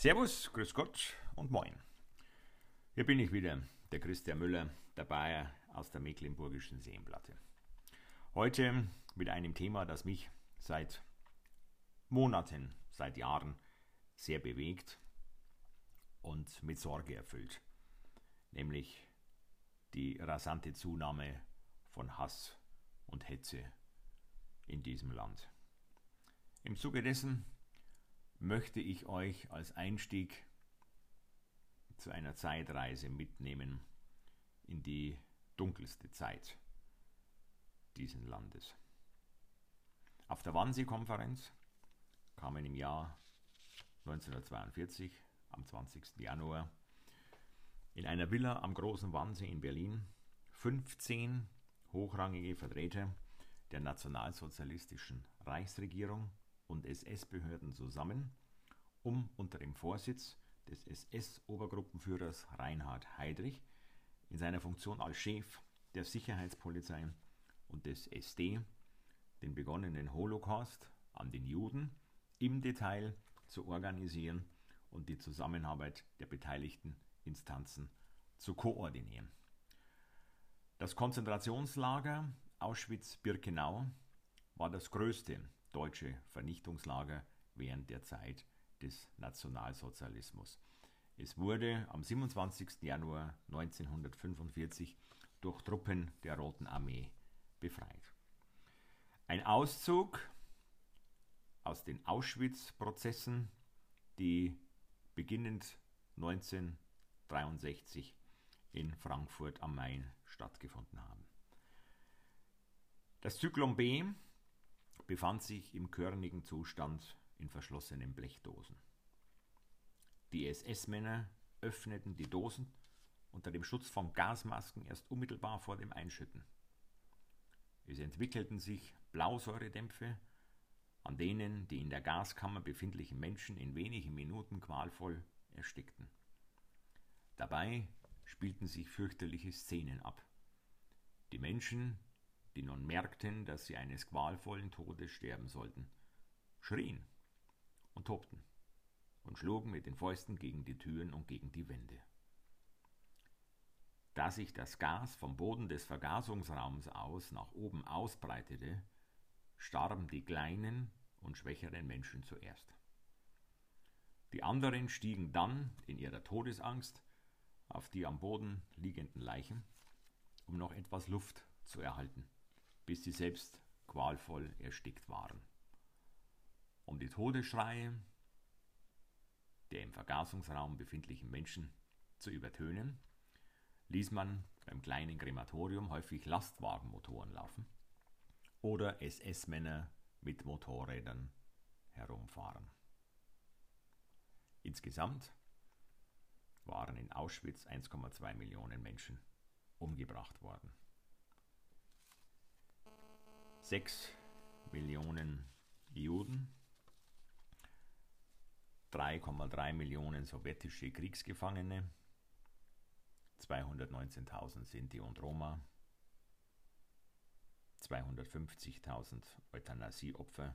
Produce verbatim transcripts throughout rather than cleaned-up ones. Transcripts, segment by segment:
Servus, grüß Gott und moin. Hier bin ich wieder, der Christian Müller, der Bayer aus der Mecklenburgischen Seenplatte. Heute mit einem Thema, das mich seit Monaten, seit Jahren sehr bewegt und mit Sorge erfüllt, nämlich die rasante Zunahme von Hass und Hetze in diesem Land. Im Zuge dessen möchte ich euch als Einstieg zu einer Zeitreise mitnehmen in die dunkelste Zeit dieses Landes. Auf der Wannsee-Konferenz kamen im Jahr neunzehnhundertzweiundvierzig, am zwanzigsten Januar, in einer Villa am Großen Wannsee in Berlin fünfzehn hochrangige Vertreter der nationalsozialistischen Reichsregierung und S S-Behörden zusammen, um unter dem Vorsitz des S S-Obergruppenführers Reinhard Heydrich in seiner Funktion als Chef der Sicherheitspolizei und des S D den begonnenen Holocaust an den Juden im Detail zu organisieren und die Zusammenarbeit der beteiligten Instanzen zu koordinieren. Das Konzentrationslager Auschwitz-Birkenau war das größte deutsche Vernichtungslager während der Zeit des Nationalsozialismus. Es wurde am siebenundzwanzigsten Januar neunzehnhundertfünfundvierzig durch Truppen der Roten Armee befreit. Ein Auszug aus den Auschwitz-Prozessen, die beginnend neunzehnhundertdreiundsechzig in Frankfurt am Main stattgefunden haben. Das Zyklon B befand sich im körnigen Zustand in verschlossenen Blechdosen. Die S S-Männer öffneten die Dosen unter dem Schutz von Gasmasken erst unmittelbar vor dem Einschütten. Es entwickelten sich Blausäuredämpfe, an denen die in der Gaskammer befindlichen Menschen in wenigen Minuten qualvoll erstickten. Dabei spielten sich fürchterliche Szenen ab. Die Menschen, die nun merkten, dass sie eines qualvollen Todes sterben sollten, schrien und tobten und schlugen mit den Fäusten gegen die Türen und gegen die Wände. Da sich das Gas vom Boden des Vergasungsraums aus nach oben ausbreitete, starben die kleinen und schwächeren Menschen zuerst. Die anderen stiegen dann in ihrer Todesangst auf die am Boden liegenden Leichen, um noch etwas Luft zu erhalten, bis sie selbst qualvoll erstickt waren. Um die Todesschreie der im Vergasungsraum befindlichen Menschen zu übertönen, ließ man beim kleinen Krematorium häufig Lastwagenmotoren laufen oder S S-Männer mit Motorrädern herumfahren. Insgesamt waren in Auschwitz eins Komma zwei Millionen Menschen umgebracht worden. Sechs Millionen Juden, drei Komma drei Millionen sowjetische Kriegsgefangene, zweihundertneunzehntausend Sinti und Roma, zweihundertfünfzigtausend Euthanasieopfer,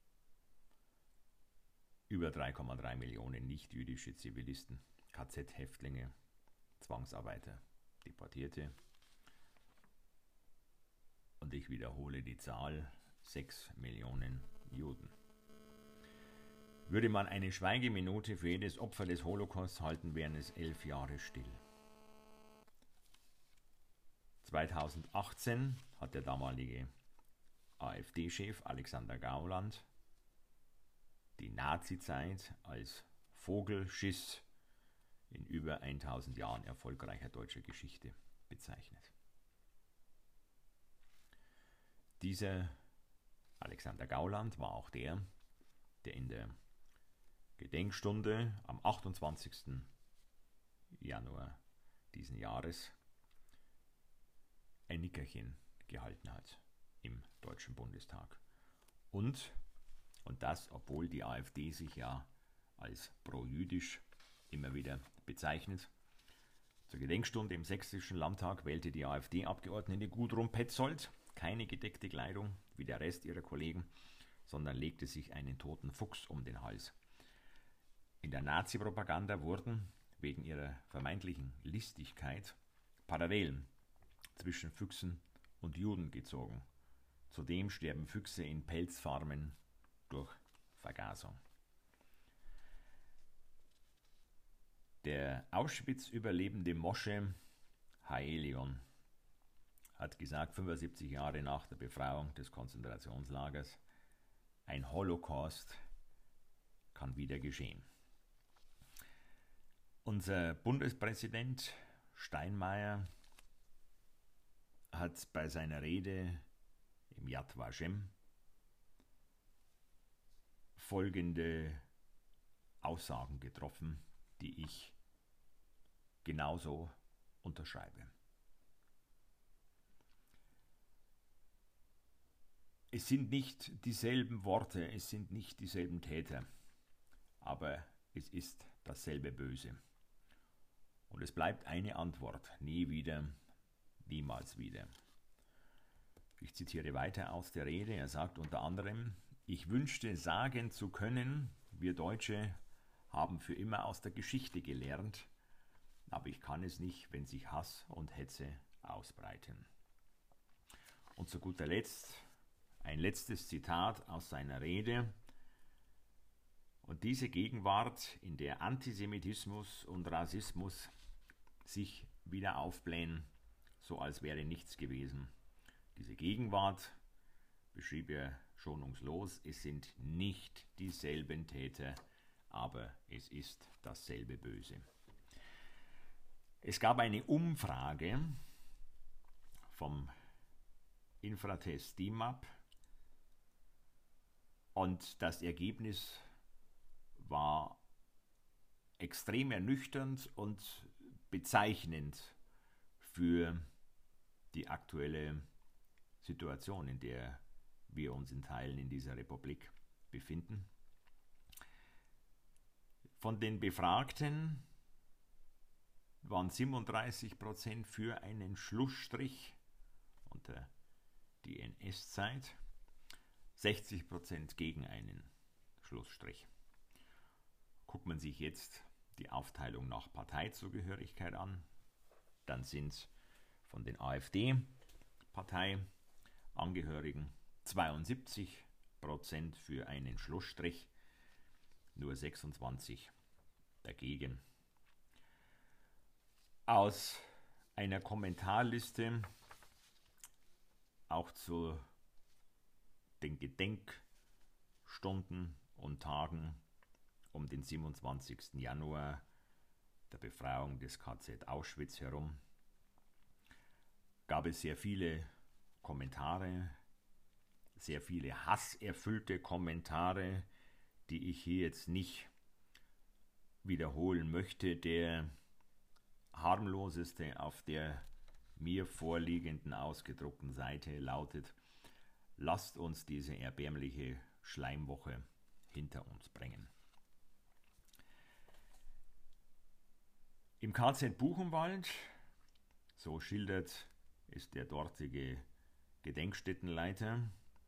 über drei Komma drei Millionen nichtjüdische Zivilisten, K Z-Häftlinge, Zwangsarbeiter, Deportierte. Und ich wiederhole die Zahl, sechs Millionen Juden. Würde man eine Schweigeminute für jedes Opfer des Holocaust halten, wären es elf Jahre still. zweitausendachtzehn hat der damalige AfD-Chef Alexander Gauland die Nazizeit als Vogelschiss in über tausend Jahren erfolgreicher deutscher Geschichte bezeichnet. Dieser Alexander Gauland war auch der, der in der Gedenkstunde am achtundzwanzigsten Januar diesen Jahres ein Nickerchen gehalten hat im Deutschen Bundestag. Und, und das, obwohl die AfD sich ja als pro-jüdisch immer wieder bezeichnet. Zur Gedenkstunde im Sächsischen Landtag wählte die AfD-Abgeordnete Gudrun Petzold keine gedeckte Kleidung wie der Rest ihrer Kollegen, sondern legte sich einen toten Fuchs um den Hals. In der Nazi-Propaganda wurden wegen ihrer vermeintlichen Listigkeit Parallelen zwischen Füchsen und Juden gezogen. Zudem sterben Füchse in Pelzfarmen durch Vergasung. Der Auschwitz-überlebende Moshe Haelion hat gesagt, fünfundsiebzig Jahre nach der Befreiung des Konzentrationslagers, ein Holocaust kann wieder geschehen. Unser Bundespräsident Steinmeier hat bei seiner Rede im Yad Vashem folgende Aussagen getroffen, die ich genauso unterschreibe. Es sind nicht dieselben Worte, es sind nicht dieselben Täter, aber es ist dasselbe Böse. Und es bleibt eine Antwort: nie wieder, niemals wieder. Ich zitiere weiter aus der Rede. Er sagt unter anderem: Ich wünschte sagen zu können, wir Deutsche haben für immer aus der Geschichte gelernt, aber ich kann es nicht, wenn sich Hass und Hetze ausbreiten. Und zu guter Letzt ein letztes Zitat aus seiner Rede. Und diese Gegenwart, in der Antisemitismus und Rassismus sich wieder aufblähen, so als wäre nichts gewesen. Diese Gegenwart, beschrieb er schonungslos, es sind nicht dieselben Täter, aber es ist dasselbe Böse. Es gab eine Umfrage vom Infratest D I M A P und das Ergebnis war extrem ernüchternd und bezeichnend für die aktuelle Situation, in der wir uns in Teilen in dieser Republik befinden. Von den Befragten waren siebenunddreißig Prozent für einen Schlussstrich unter die N S-Zeit, sechzig Prozent gegen einen Schlussstrich. Guckt man sich jetzt die Aufteilung nach Parteizugehörigkeit an, dann sind von den AfD-Parteiangehörigen zweiundsiebzig Prozent für einen Schlussstrich, nur sechsundzwanzig dagegen. Aus einer Kommentarliste auch zu den Gedenkstunden und Tagen um den siebenundzwanzigsten Januar, der Befreiung des K Z Auschwitz herum, gab es sehr viele Kommentare, sehr viele hasserfüllte Kommentare, die ich hier jetzt nicht wiederholen möchte. Der harmloseste auf der mir vorliegenden ausgedruckten Seite lautet: Lasst uns diese erbärmliche Schleimwoche hinter uns bringen. Im K Z Buchenwald, so schildert es der dortige Gedenkstättenleiter,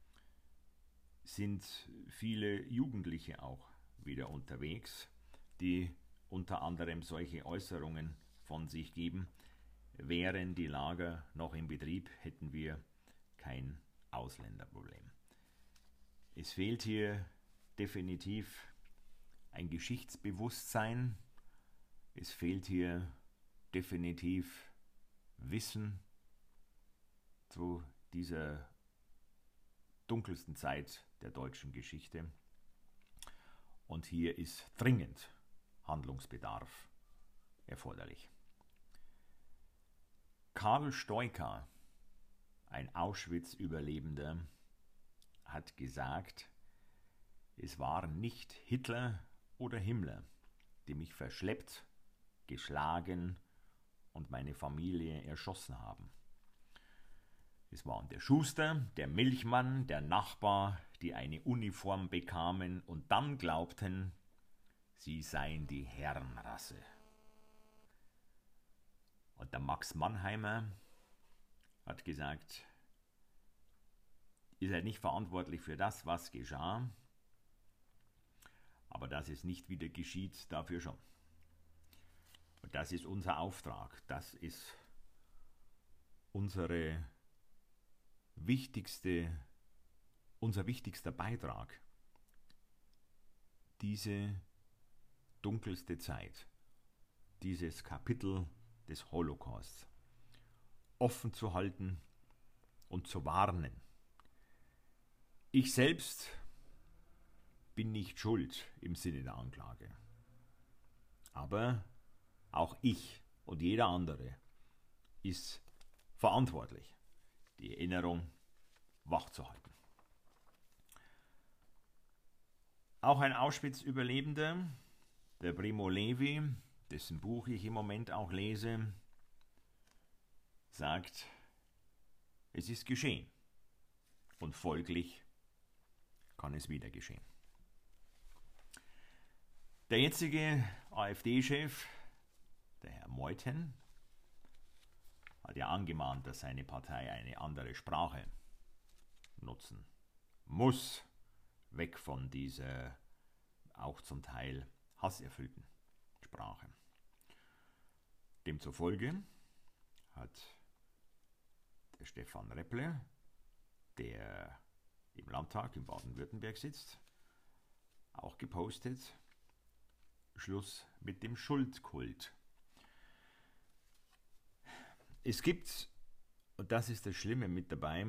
sind viele Jugendliche auch wieder unterwegs, die unter anderem solche Äußerungen von sich geben: Wären die Lager noch in Betrieb, hätten wir kein Ausländerproblem. Es fehlt hier definitiv ein Geschichtsbewusstsein. Es fehlt hier definitiv Wissen zu dieser dunkelsten Zeit der deutschen Geschichte. Und hier ist dringend Handlungsbedarf erforderlich. Karl Stoiker, ein Auschwitz-Überlebender, hat gesagt, es waren nicht Hitler oder Himmler, die mich verschleppt, geschlagen und meine Familie erschossen haben. Es waren der Schuster, der Milchmann, der Nachbar, die eine Uniform bekamen und dann glaubten, sie seien die Herrenrasse. Und der Max Mannheimer hat gesagt, ihr seid nicht verantwortlich für das, was geschah, Aber dass es nicht wieder geschieht, dafür schon. Und das ist unser Auftrag, das ist unsere wichtigste, unser wichtigster Beitrag, diese dunkelste Zeit, dieses Kapitel des Holocausts offen zu halten und zu warnen. Ich selbst bin nicht schuld im Sinne der Anklage, aber auch ich und jeder andere ist verantwortlich, die Erinnerung wachzuhalten. Auch ein Auschwitz-Überlebender, der Primo Levi, dessen Buch ich im Moment auch lese, sagt, es ist geschehen und folglich kann es wieder geschehen. Der jetzige AfD-Chef, der Herr Meuthen, hat ja angemahnt, dass seine Partei eine andere Sprache nutzen muss, weg von dieser auch zum Teil hasserfüllten Sprache. Demzufolge hat der Stefan Repple, der im Landtag in Baden-Württemberg sitzt, auch gepostet, Schluss mit dem Schuldkult. Es gibt, und das ist das Schlimme mit dabei,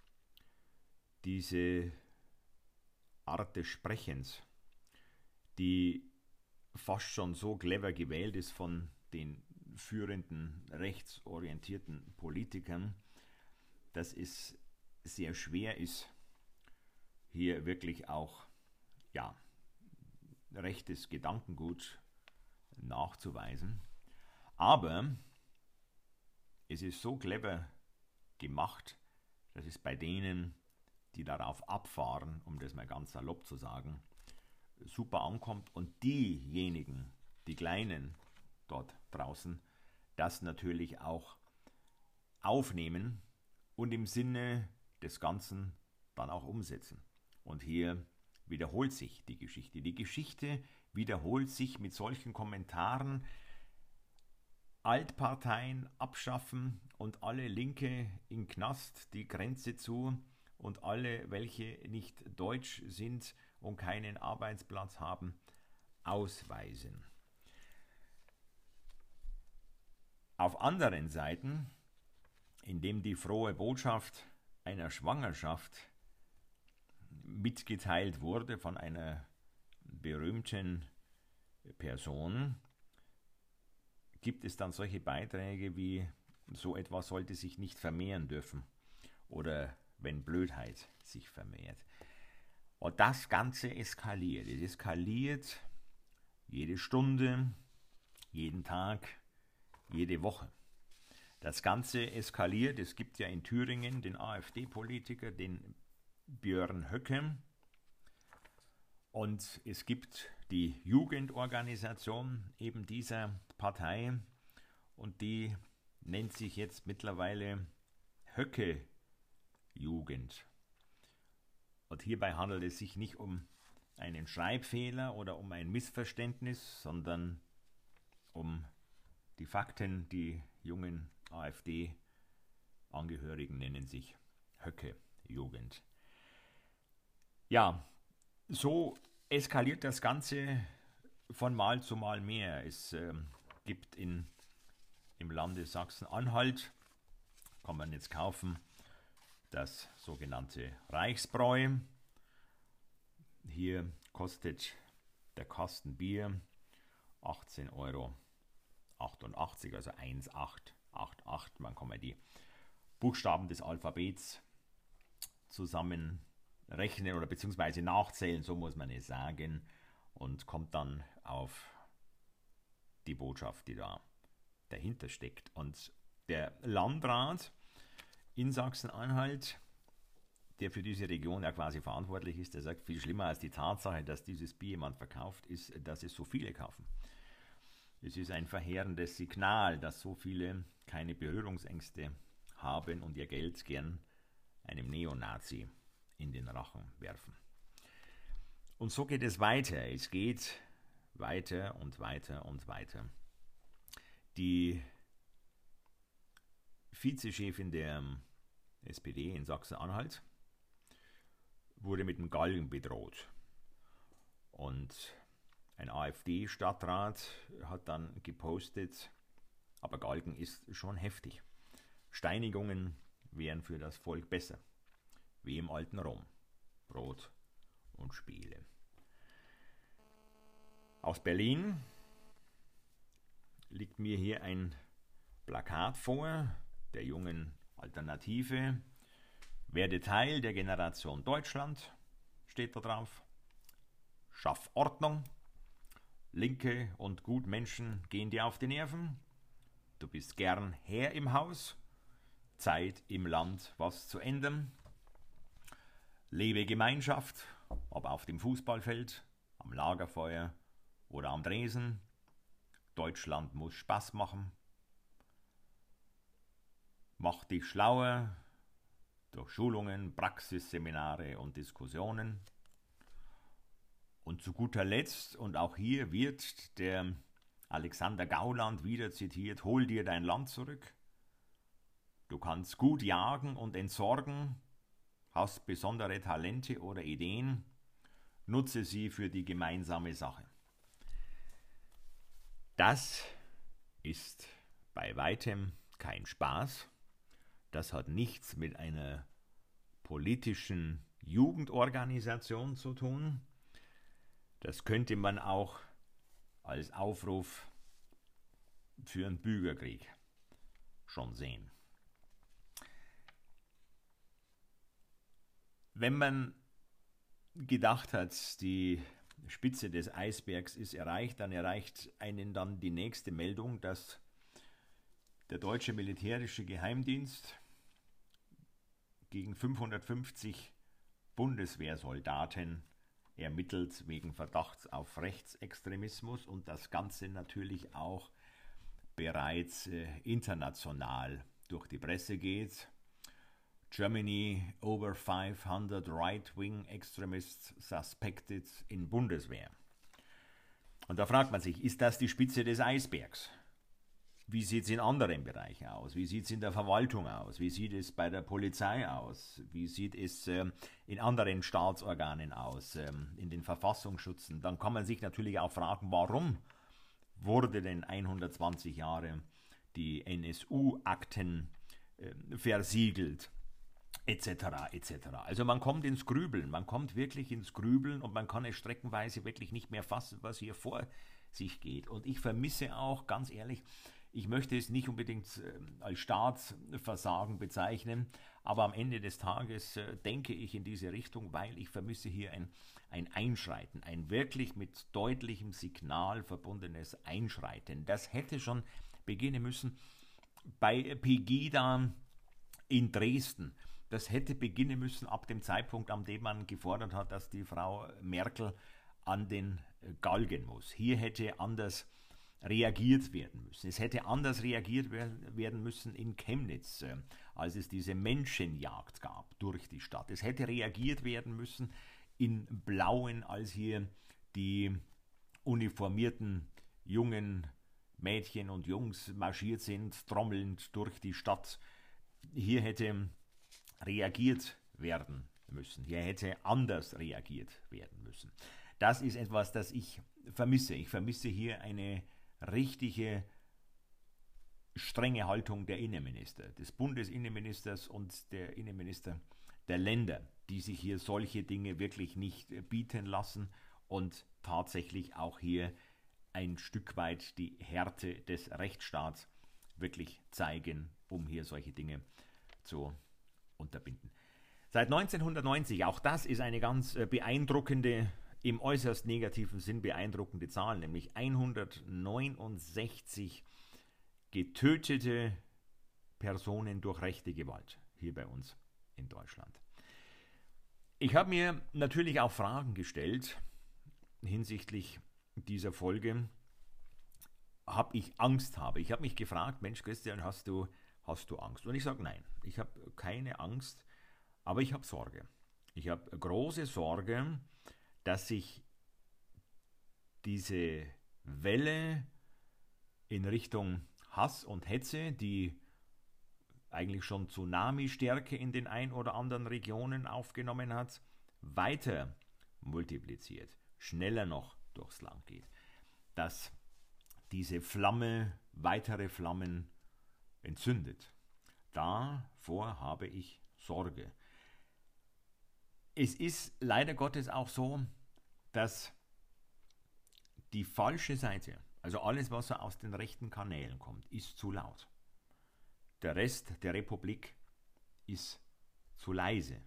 diese Art des Sprechens, die fast schon so clever gewählt ist von den führenden rechtsorientierten Politikern, dass es sehr schwer ist, hier wirklich auch ja, rechtes Gedankengut nachzuweisen. Aber es ist so clever gemacht, dass es bei denen, die darauf abfahren, um das mal ganz salopp zu sagen, super ankommt und diejenigen, die Kleinen dort draußen, das natürlich auch aufnehmen und im Sinne des Ganzen dann auch umsetzen. Und hier wiederholt sich die Geschichte. Die Geschichte wiederholt sich mit solchen Kommentaren: Altparteien abschaffen und alle Linke in Knast, die Grenze zu, und alle, welche nicht deutsch sind und keinen Arbeitsplatz haben, ausweisen. Auf anderen Seiten, indem die frohe Botschaft einer Schwangerschaft mitgeteilt wurde von einer berühmten Person, gibt es dann solche Beiträge wie: so etwas sollte sich nicht vermehren dürfen oder wenn Blödheit sich vermehrt. Und das Ganze eskaliert. Es eskaliert jede Stunde, jeden Tag, jede Woche. Das Ganze eskaliert. Es gibt ja in Thüringen den AfD-Politiker, den Björn Höcke. Und es gibt die Jugendorganisation eben dieser Partei und die nennt sich jetzt mittlerweile Höcke-Jugend. Und hierbei handelt es sich nicht um einen Schreibfehler oder um ein Missverständnis, sondern um die Fakten. Die jungen AfD-Angehörigen nennen sich Höcke-Jugend. Ja, so eskaliert das Ganze von Mal zu Mal mehr. Es äh, gibt in, im Lande Sachsen-Anhalt, kann man jetzt kaufen, das sogenannte Reichsbräu. Hier kostet der Kasten Bier achtzehn Euro achtundachtzig, also eins Komma acht acht acht. Man kann mal die Buchstaben des Alphabets zusammenrechnen oder beziehungsweise nachzählen, so muss man es sagen, und kommt dann auf die Botschaft, die da dahinter steckt. Und der Landrat in Sachsen-Anhalt, der für diese Region ja quasi verantwortlich ist, der sagt, viel schlimmer als die Tatsache, dass dieses Bier jemand verkauft, ist, dass es so viele kaufen. Es ist ein verheerendes Signal, dass so viele keine Berührungsängste haben und ihr Geld gern einem Neonazi in den Rachen werfen. Und so geht es weiter. Es geht weiter und weiter und weiter. Die Vizechefin der S P D in Sachsen-Anhalt wurde mit dem Galgen bedroht. Und ein AfD-Stadtrat hat dann gepostet, aber Galgen ist schon heftig. Steinigungen wären für das Volk besser, wie im alten Rom. Brot und Spiele. Aus Berlin liegt mir hier ein Plakat vor, der jungen Alternative. Werde Teil der Generation Deutschland, steht da drauf. Schaff Ordnung. Linke und Gutmenschen gehen dir auf die Nerven. Du bist gern Herr im Haus. Zeit im Land was zu ändern. Lebe Gemeinschaft, ob auf dem Fußballfeld, am Lagerfeuer oder am Dresen. Deutschland muss Spaß machen. Mach dich schlauer durch Schulungen, Praxisseminare und Diskussionen. Und zu guter Letzt, und auch hier wird der Alexander Gauland wieder zitiert, hol dir dein Land zurück. Du kannst gut jagen und entsorgen, hast besondere Talente oder Ideen, nutze sie für die gemeinsame Sache. Das ist bei weitem kein Spaß. Das hat nichts mit einer politischen Jugendorganisation zu tun. Das könnte man auch als Aufruf für einen Bürgerkrieg schon sehen. Wenn man gedacht hat, die Spitze des Eisbergs ist erreicht, dann erreicht einen dann die nächste Meldung, dass der deutsche militärische Geheimdienst gegen fünfhundertfünfzig Bundeswehrsoldaten ermittelt wegen Verdachts auf Rechtsextremismus und das Ganze natürlich auch bereits äh, international durch die Presse geht. Germany, over five hundred right-wing extremists suspected in Bundeswehr. Und da fragt man sich, ist das die Spitze des Eisbergs? Wie sieht es in anderen Bereichen aus? Wie sieht es in der Verwaltung aus? Wie sieht es bei der Polizei aus? Wie sieht es ähm, in anderen Staatsorganen aus, ähm, in den Verfassungsschützen? Dann kann man sich natürlich auch fragen, warum wurde denn hundertzwanzig Jahre die N S U-Akten äh, versiegelt, et cetera et cetera. Also man kommt ins Grübeln, man kommt wirklich ins Grübeln und man kann es streckenweise wirklich nicht mehr fassen, was hier vor sich geht. Und ich vermisse auch, ganz ehrlich, ich möchte es nicht unbedingt als Staatsversagen bezeichnen, aber am Ende des Tages denke ich in diese Richtung, weil ich vermisse hier ein, ein Einschreiten, ein wirklich mit deutlichem Signal verbundenes Einschreiten. Das hätte schon beginnen müssen bei Pegida in Dresden. Das hätte beginnen müssen ab dem Zeitpunkt, an dem man gefordert hat, dass die Frau Merkel an den Galgen muss. Hier hätte anders reagiert werden müssen. Es hätte anders reagiert werden müssen in Chemnitz, als es diese Menschenjagd gab durch die Stadt. Es hätte reagiert werden müssen in Blauen, als hier die uniformierten jungen Mädchen und Jungs marschiert sind, trommelnd durch die Stadt. Hier hätte reagiert werden müssen. Hier hätte anders reagiert werden müssen. Das ist etwas, das ich vermisse. Ich vermisse hier eine richtige, strenge Haltung der Innenminister, des Bundesinnenministers und der Innenminister der Länder, die sich hier solche Dinge wirklich nicht bieten lassen und tatsächlich auch hier ein Stück weit die Härte des Rechtsstaats wirklich zeigen, um hier solche Dinge zu unterbinden. Seit neunzehnhundertneunzig, auch das ist eine ganz beeindruckende, im äußerst negativen Sinn beeindruckende Zahl, nämlich hundertneunundsechzig getötete Personen durch rechte Gewalt hier bei uns in Deutschland. Ich habe mir natürlich auch Fragen gestellt hinsichtlich dieser Folge, ob ich Angst habe. Ich habe mich gefragt, Mensch Christian, hast du, hast du Angst? Und ich sage nein, ich habe keine Angst, aber ich habe Sorge. Ich habe große Sorge, dass sich diese Welle in Richtung Hass und Hetze, die eigentlich schon Tsunami-Stärke in den ein oder anderen Regionen aufgenommen hat, weiter multipliziert, schneller noch durchs Land geht. Dass diese Flamme weitere Flammen entzündet. Davor habe ich Sorge. Es ist leider Gottes auch so, dass die falsche Seite, also alles, was so aus den rechten Kanälen kommt, ist zu laut. Der Rest der Republik ist zu leise.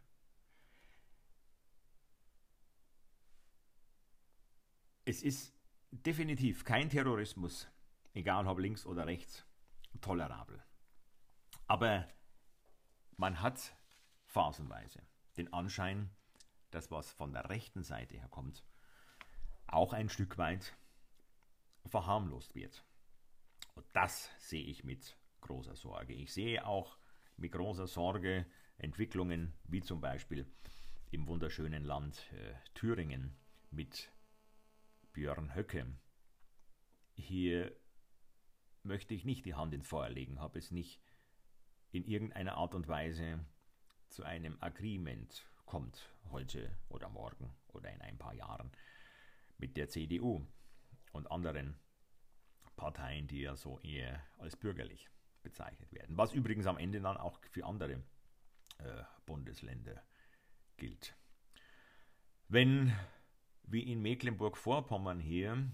Es ist definitiv kein Terrorismus, egal ob links oder rechts, tolerabel. Aber man hat phasenweise den Anschein, dass was von der rechten Seite her kommt, auch ein Stück weit verharmlost wird. Und das sehe ich mit großer Sorge. Ich sehe auch mit großer Sorge Entwicklungen wie zum Beispiel im wunderschönen Land äh, Thüringen mit Björn Höcke. Hier möchte ich nicht die Hand ins Feuer legen, habe es nicht in irgendeiner Art und Weise zu einem Agreement kommt, heute oder morgen oder in ein paar Jahren, mit der C D U und anderen Parteien, die ja so eher als bürgerlich bezeichnet werden. Was übrigens am Ende dann auch für andere äh, Bundesländer gilt. Wenn, wie in Mecklenburg-Vorpommern hier,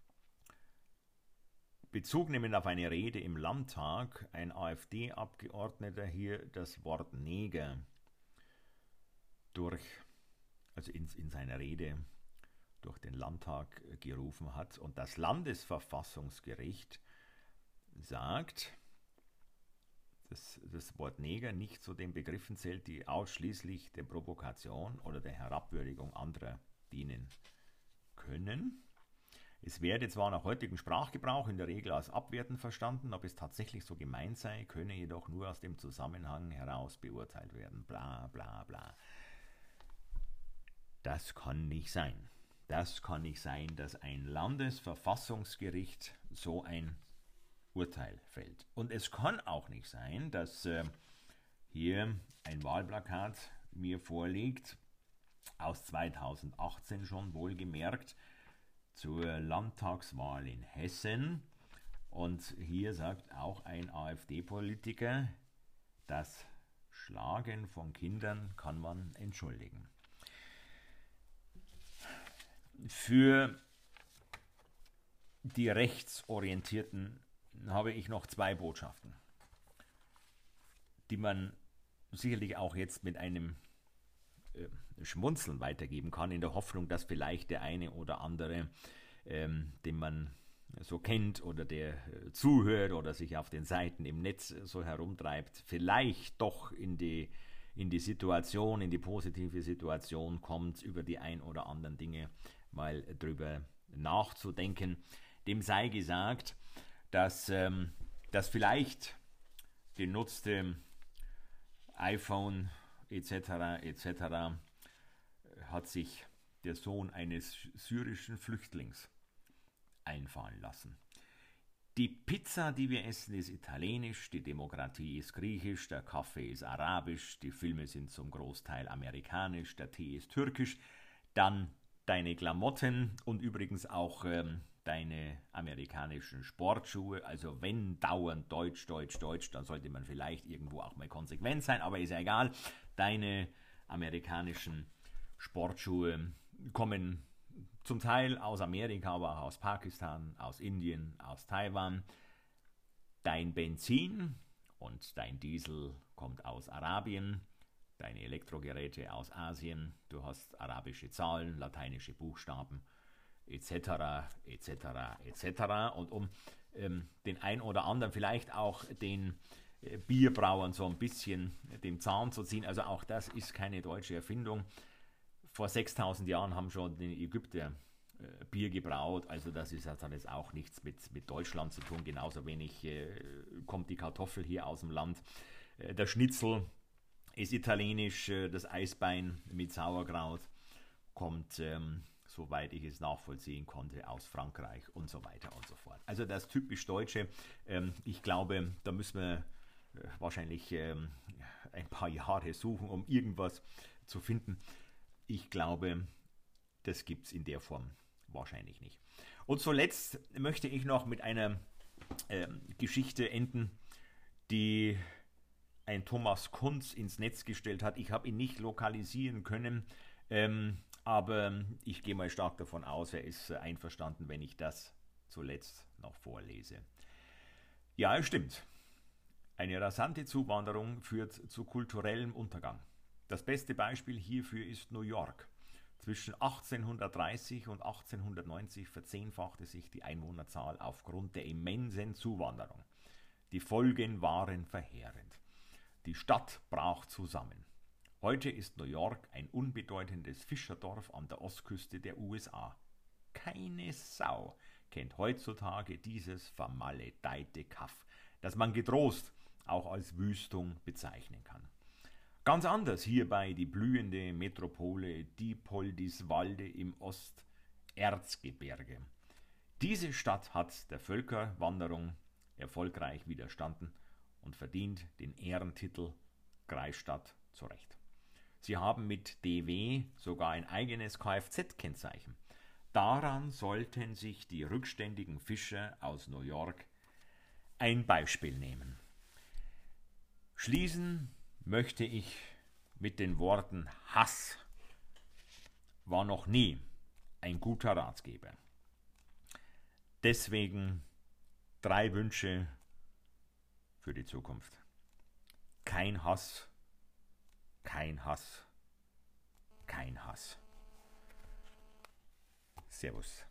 Bezug nehmen auf eine Rede im Landtag, ein AfD-Abgeordneter hier das Wort Neger durch, also in, in seiner Rede durch den Landtag gerufen hat und das Landesverfassungsgericht sagt, dass das Wort Neger nicht zu den Begriffen zählt, die ausschließlich der Provokation oder der Herabwürdigung anderer dienen können. Es werde zwar nach heutigem Sprachgebrauch in der Regel als abwertend verstanden, ob es tatsächlich so gemeint sei, könne jedoch nur aus dem Zusammenhang heraus beurteilt werden. Bla bla bla. Das kann nicht sein. Das kann nicht sein, dass ein Landesverfassungsgericht so ein Urteil fällt. Und es kann auch nicht sein, dass äh, hier ein Wahlplakat mir vorliegt, aus zweitausendachtzehn schon wohlgemerkt, zur Landtagswahl in Hessen. Und hier sagt auch ein AfD-Politiker, das Schlagen von Kindern kann man entschuldigen. Für die Rechtsorientierten habe ich noch zwei Botschaften, die man sicherlich auch jetzt mit einem äh, Schmunzeln weitergeben kann, in der Hoffnung, dass vielleicht der eine oder andere, ähm, den man so kennt oder der äh, zuhört oder sich auf den Seiten im Netz so herumtreibt, vielleicht doch in die, in die Situation, in die positive Situation kommt, über die ein oder anderen Dinge mal drüber nachzudenken. Dem sei gesagt, dass ähm, das vielleicht genutzte iPhone et cetera et cetera hat sich der Sohn eines syrischen Flüchtlings einfallen lassen. Die Pizza, die wir essen, ist italienisch, die Demokratie ist griechisch, der Kaffee ist arabisch, die Filme sind zum Großteil amerikanisch, der Tee ist türkisch, dann deine Klamotten und übrigens auch ähm, deine amerikanischen Sportschuhe. Also wenn dauernd Deutsch, Deutsch, Deutsch, dann sollte man vielleicht irgendwo auch mal konsequent sein, aber ist ja egal. Deine amerikanischen Sportschuhe kommen zum Teil aus Amerika, aber auch aus Pakistan, aus Indien, aus Taiwan. Dein Benzin und dein Diesel kommt aus Arabien. Deine Elektrogeräte aus Asien, du hast arabische Zahlen, lateinische Buchstaben, et cetera, et cetera, et cetera. Und um ähm, den ein oder anderen vielleicht auch den äh, Bierbrauern so ein bisschen den Zahn zu ziehen, also auch das ist keine deutsche Erfindung. Vor sechstausend Jahren haben schon die Ägypter äh, Bier gebraut, also das, ist, das hat jetzt auch nichts mit, mit Deutschland zu tun, genauso wenig äh, kommt die Kartoffel hier aus dem Land. Äh, der Schnitzel ist italienisch, das Eisbein mit Sauerkraut kommt, ähm, soweit ich es nachvollziehen konnte, aus Frankreich und so weiter und so fort. Also das typisch Deutsche, ähm, ich glaube, da müssen wir äh, wahrscheinlich ähm, ein paar Jahre suchen, um irgendwas zu finden. Ich glaube, das gibt es in der Form wahrscheinlich nicht. Und zuletzt möchte ich noch mit einer ähm, Geschichte enden, die ein Thomas Kunz ins Netz gestellt hat. Ich habe ihn nicht lokalisieren können, ähm, aber ich gehe mal stark davon aus, er ist einverstanden, wenn ich das zuletzt noch vorlese. Ja, es stimmt. Eine rasante Zuwanderung führt zu kulturellem Untergang. Das beste Beispiel hierfür ist New York. Zwischen achtzehnhundertdreißig und achtzehnhundertneunzig verzehnfachte sich die Einwohnerzahl aufgrund der immensen Zuwanderung. Die Folgen waren verheerend. Die Stadt brach zusammen. Heute ist New York ein unbedeutendes Fischerdorf an der Ostküste der U S A. Keine Sau kennt heutzutage dieses vermaledeite Kaff, das man getrost auch als Wüstung bezeichnen kann. Ganz anders hierbei die blühende Metropole Diepoldiswalde im Osterzgebirge. Diese Stadt hat der Völkerwanderung erfolgreich widerstanden und verdient den Ehrentitel Kreisstadt zu Recht. Sie haben mit D W sogar ein eigenes Kfz-Kennzeichen. Daran sollten sich die rückständigen Fischer aus New York ein Beispiel nehmen. Schließen möchte ich mit den Worten: Hass war noch nie ein guter Ratgeber. Deswegen drei Wünsche für die Zukunft. Kein Hass, kein Hass, kein Hass. Servus.